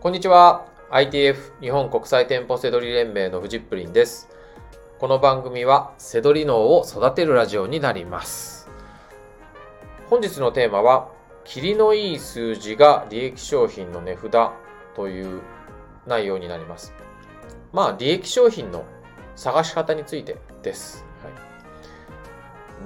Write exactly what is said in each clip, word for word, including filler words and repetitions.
こんにちは。アイティーエフ 日本国際店舗セドリ連盟のフジップリンです。この番組はセドリ脳を育てるラジオになります。本日のテーマは、切りのいい数字が利益商品の値札という内容になります。まあ、利益商品の探し方についてです。はい、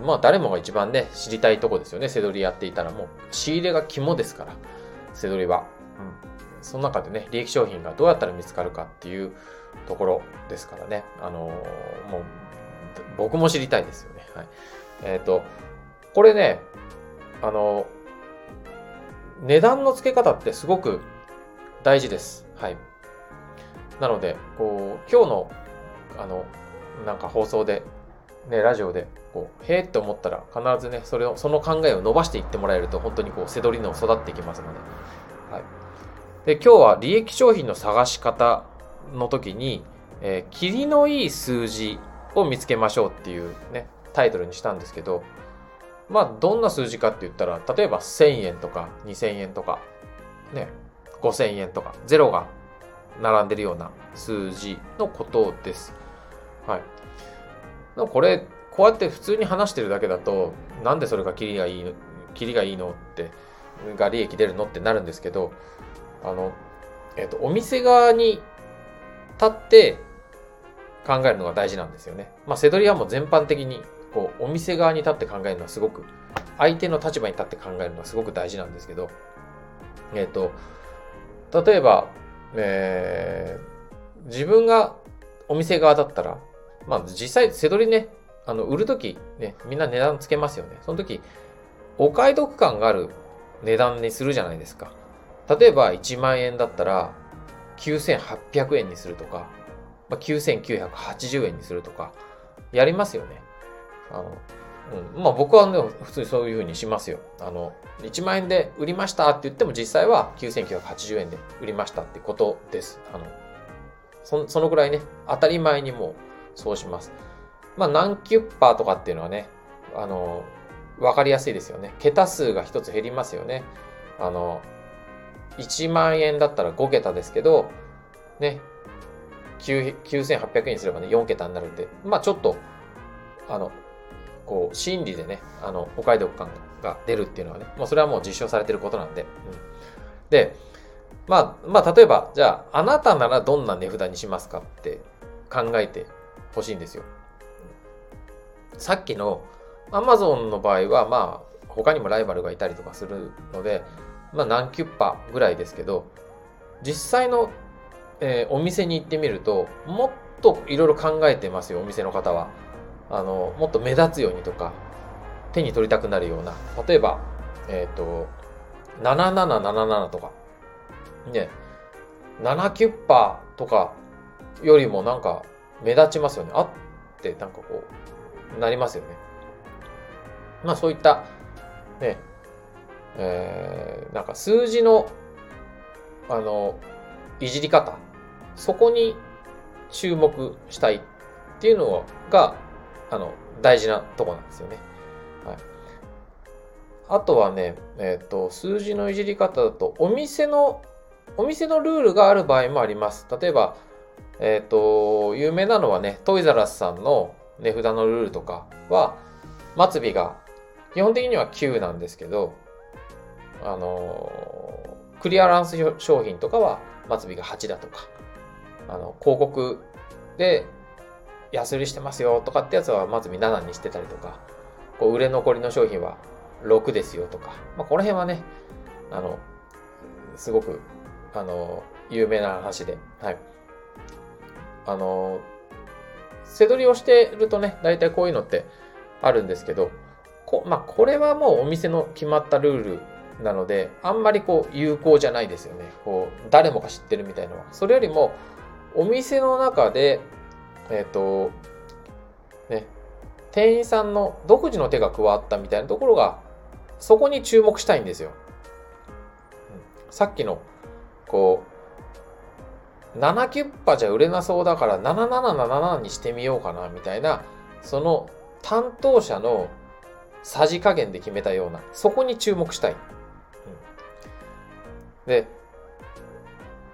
まあ、誰もが一番ね、知りたいとこですよね。セドリやっていたらもう仕入れが肝ですから、セドリは。うんその中でね、利益商品がどうやったら見つかるかっていうところですからね。あのー、もう、僕も知りたいですよね。はい。えっと、これね、あのー、値段の付け方ってすごく大事です。はい。なので、こう、今日の、あの、なんか放送で、ね、ラジオで、こう、へえって思ったら、必ずね、それを、その考えを伸ばしていってもらえると、本当にこう、セドリ脳育っていきますので、はい。で今日は利益商品の探し方の時に、えー、切りのいい数字を見つけましょうっていうね、タイトルにしたんですけど、まあどんな数字かって言ったら、例えばせんえんとかにせんえんとか、ね、ごせんえんとか、ゼロが並んでるような数字のことです。はい。でもこれ、こうやって普通に話してるだけだと、なんでそれが切りがいいの、切りがいいのって、が利益出るのってなるんですけど、あの、えっと、お店側に立って考えるのが大事なんですよね。まあ、セドリはもう全般的に、こう、お店側に立って考えるのはすごく、相手の立場に立って考えるのはすごく大事なんですけど、えっと、例えば、えー、自分がお店側だったら、まあ、実際、セドリね、あの、売るとき、ね、みんな値段つけますよね。その時、お買い得感がある値段にするじゃないですか。例えばいちまんえんだったらきゅうせんはっぴゃくえんにするとか、まあ、きゅうせんきゅうひゃくはちじゅうえんにするとか、やりますよね。あの、うん、まあ僕はね、普通にそういう風にしますよ。あの、いちまんえんで売りましたって言っても実際はきゅうせんきゅうひゃくはちじゅうえんで売りましたってことです。あの、そ, そのぐらいね、当たり前にもうそうします。まあ何キュッパーとかっていうのはね、あの、わかりやすいですよね。桁数が一つ減りますよね。あの、いちまんえんだったらご桁ですけど、ね、きゅうせんはっぴゃくえんにすればね、よん桁になるんで、まあちょっと、あの、こう、心理でね、あの、お買い得感が出るっていうのはね、もうそれはもう実証されてることなんで。うん、で、まあ、まあ例えば、じゃあ、あなたならどんな値札にしますかって考えてほしいんですよ。さっきの Amazon の場合は、まあ、他にもライバルがいたりとかするので、まあ何キュッパぐらいですけど、実際の、えー、お店に行ってみると、もっといろいろ考えてますよ、お店の方は。あの、もっと目立つようにとか、手に取りたくなるような、例えば、えっと、なななななななとか、ね、ななキュッパとかよりもなんか目立ちますよね。あってなんかこう、なりますよね。まあそういった、ね、えー、なんか数字の、あの、いじり方、そこに注目したいっていうのが、あの、大事なとこなんですよね。はい。あとはね、えっと、数字のいじり方だと、お店の、お店のルールがある場合もあります。例えば、えっと、有名なのはね、トイザラスさんの値札のルールとかは、末尾が、基本的にはきゅうなんですけど、あのー、クリアランス商品とかは末尾がはちだとか、あの、広告で安売りしてますよとかってやつは末尾ななにしてたりとか、こう売れ残りの商品はろくですよとか、まあ、この辺はね、あの、すごく、あの、有名な話で、はい。あの、背取りをしてるとね、大体こういうのってあるんですけど、こまあ、これはもうお店の決まったルールなので、あんまりこう有効じゃないですよね。こう、誰もが知ってるみたいなのは。それよりも、お店の中で、えっと、ね、店員さんの独自の手が加わったみたいなところが、そこに注目したいんですよ。さっきの、こう、ななキュッパじゃ売れなそうだからなななななななにしてみようかな、みたいな、その担当者のさじ加減で決めたような、そこに注目したい。で、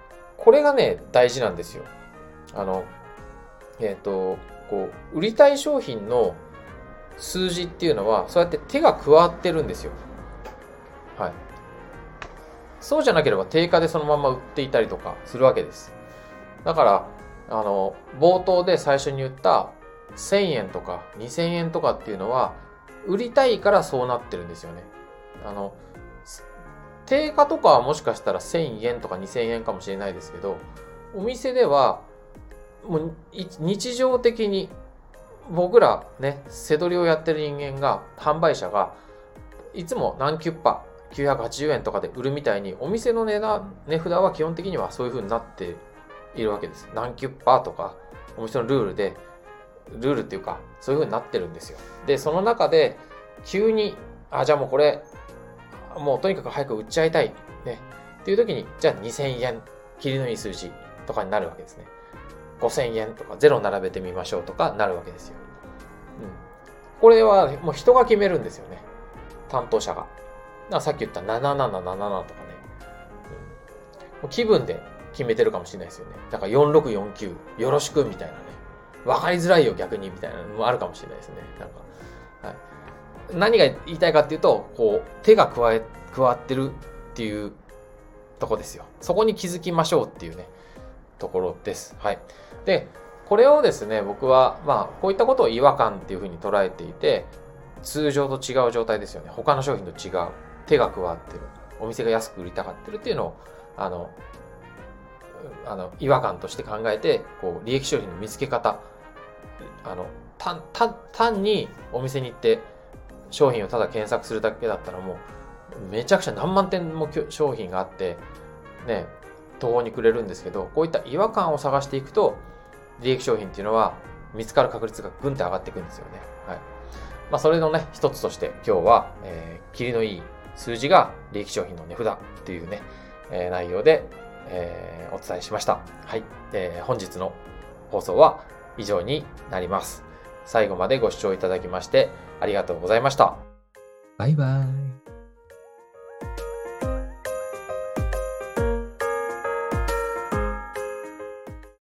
これがね、大事なんですよ。あの、えっと、こう、売りたい商品の数字っていうのは、そうやって手が加わってるんですよ。はい。そうじゃなければ定価でそのまま売っていたりとかするわけです。だから、あの、冒頭で最初に言ったせんえんとかにせんえんとかっていうのは、売りたいからそうなってるんですよね。あの、定価とかはもしかしたらせんえんとかにせんえんかもしれないですけど、お店では、もう日常的に僕らね、背取りをやってる人間が、販売者が、いつも何キュッパ、きゅうひゃくはちじゅうえんとかで売るみたいに、お店の値段、値札は基本的にはそういう風になっているわけです。何キュッパとか、お店のルールで、ルールっていうか、そういう風になってるんですよ。で、その中で、急に、あ、じゃあもうこれ、もうとにかく早く売っちゃいたい。ね。っていう時に、じゃあにせんえん、切りのいい数字とかになるわけですね。ごせんえんとかゼロ並べてみましょうとかなるわけですよ。うん。これはもう人が決めるんですよね。担当者が。だからさっき言ったなななななななとかね。うん、もう気分で決めてるかもしれないですよね。だからよんろくよんきゅうよろしくみたいなね。わかりづらいよ逆にみたいなのもあるかもしれないですね。なんか、はい、何が言いたいかっていうと、こう手が加え、加わってるっていうとこですよ。そこに気づきましょうっていうね、ところです。はい。で、これをですね、僕は、まあ、こういったことを違和感っていうふうに捉えていて、通常と違う状態ですよね。他の商品と違う。手が加わってる。お店が安く売りたがってるっていうのを、あの、あの違和感として考えて、こう、利益商品の見つけ方、あの、単、単、単にお店に行って商品をただ検索するだけだったらもう、めちゃくちゃ何万点も商品があって、ね、途方に暮れるんですけど、こういった違和感を探していくと、利益商品っていうのは見つかる確率がぐんと上がっていくんですよね。はい。まあ、それのね、一つとして今日は、えー、切りのいい数字が利益商品の値札っていうね、えー、内容で、えー、お伝えしました。はい。えー、本日の放送は以上になります。最後までご視聴いただきましてありがとうございました。 バイバイ。